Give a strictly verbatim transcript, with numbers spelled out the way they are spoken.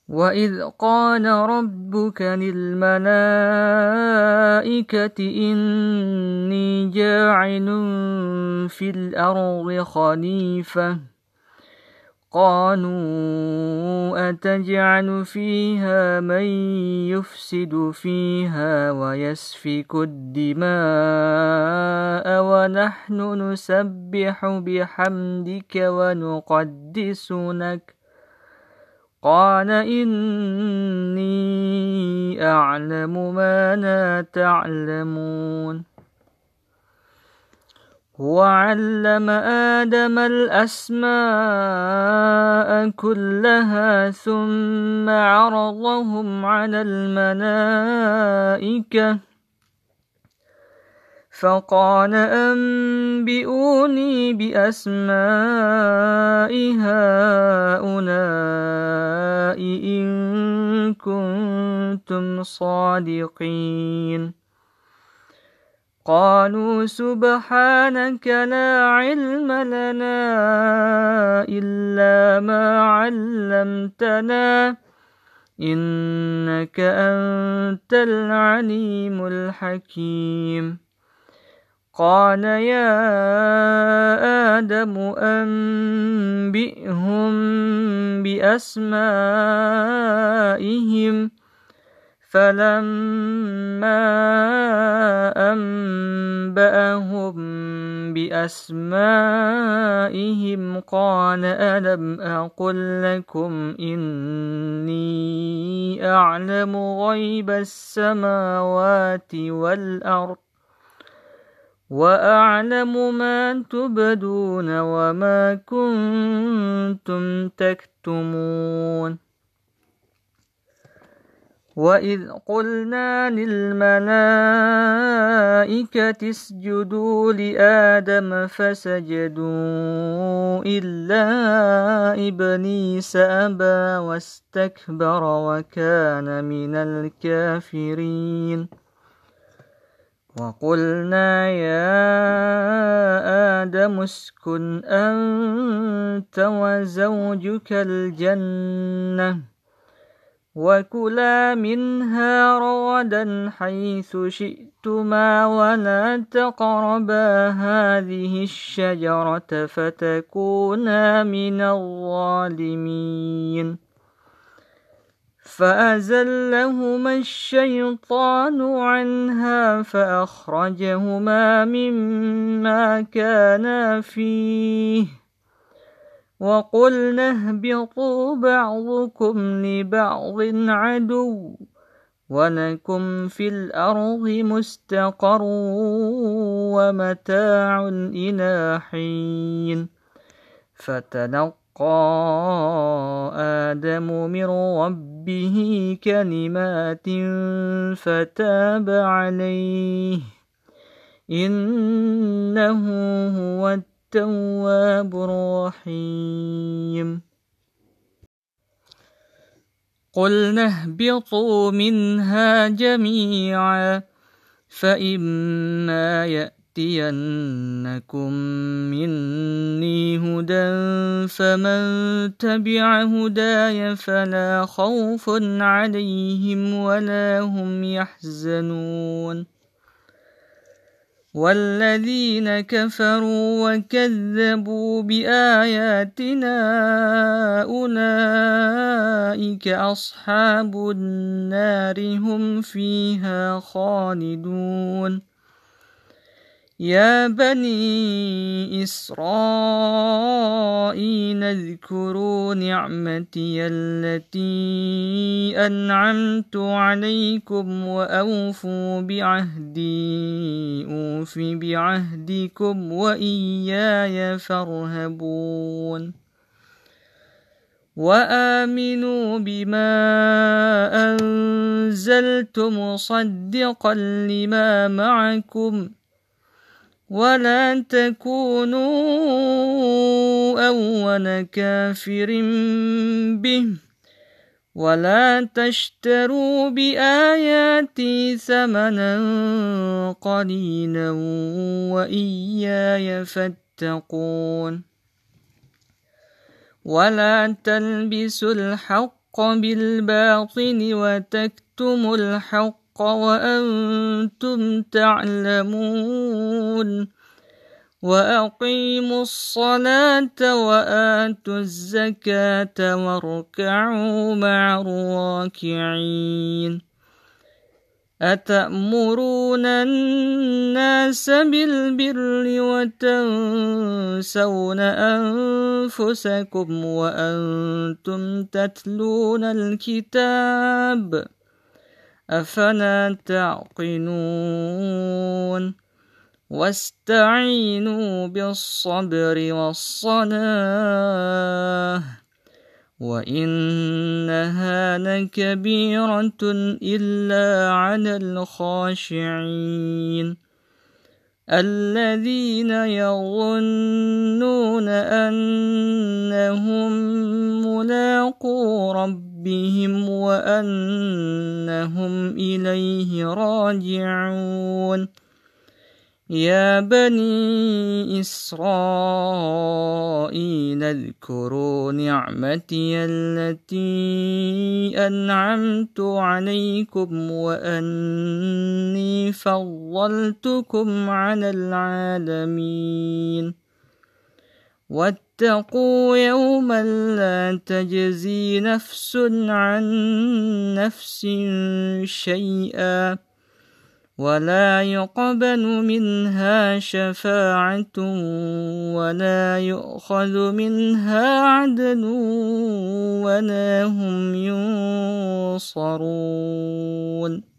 وإذ قال ربك للملائكة إني جاعل في الأرض خليفة قالوا أتجعل فيها من يفسد فيها ويسفك الدماء ونحن نسبح بحمدك ونقدس لك قال إني أعلم ما لا تعلمون وعلم آدم الأسماء كلها ثم عرضهم على الملائكة فقال أنبئوني بأسماء هؤلاء إن كنتم صادقين قالوا سبحانك لا علم لنا إلا ما علمتنا إنك أنت العليم الحكيم قال يا آدم أنبئهم بأسمائهم فلما أنبأهم بأسمائهم قال ألم أقل لكم إني أعلم غيب السماوات والأرض وأعلم ما تبدون وما كنتم تكتمون وإذ قلنا للملائكة اسجدوا لآدم فسجدوا إلا إبليس أبى واستكبر وكان من الكافرين وقلنا يا آدم اسكن أنت وزوجك الجنة وكلا منها رغدا حيث شئتما ولا تقربا هذه الشجرة فتكونا من الظالمين فأزلهما الشيطان عنها فأخرجهما مما كانا فيه وقلنا اهبطوا بعضكم لبعض عدو ولكم في الأرض مستقر ومتاع إلى حين فتلقى آدم من ربه كلمات فتاب عليه إنه هو التواب الرحيم قلنا اهبطوا منها جميعا فإما يأتينكم مني هدى فمن تبع هداي فلا خوف عليهم ولا هم يحزنون والذين كفروا وكذبوا بآياتنا أولئك أصحاب النار هم فيها خالدون يا بني إسرائيل اذكروا نعمتي التي أنعمت عليكم وأوفوا بعهدي أوف بعهدكم وإياي فارهبون وآمنوا بما أنزلت مصدقا لما معكم ولا تكونوا أول كافر به ولا تشتروا بآياتي ثمنا قليلا وإياي فاتقون ولا تلبسوا الحق بالباطل وتكتموا الحق وأنتم تعلمون وأقيموا الصلاة وآتوا الزكاة واركعوا مع الراكعين أتأمرون الناس بالبر وتنسون أنفسكم وأنتم تتلون الكتاب أفلا تعقلون واستعينوا بالصبر والصلاة وإنها لكبيرة إلا على الخاشعين الذين يظنون أنهم ملاقو ربهم وأنهم إليه راجعون يا بني إسرائيل اذكروا نعمتي التي أنعمت عليكم وأني فضلتكم على العالمين واتقوا يوما لا تجزي نفس عن نفس شيئا ولا يقبل منها شفاعة ولا يؤخذ منها عدل ولا هم ينصرون.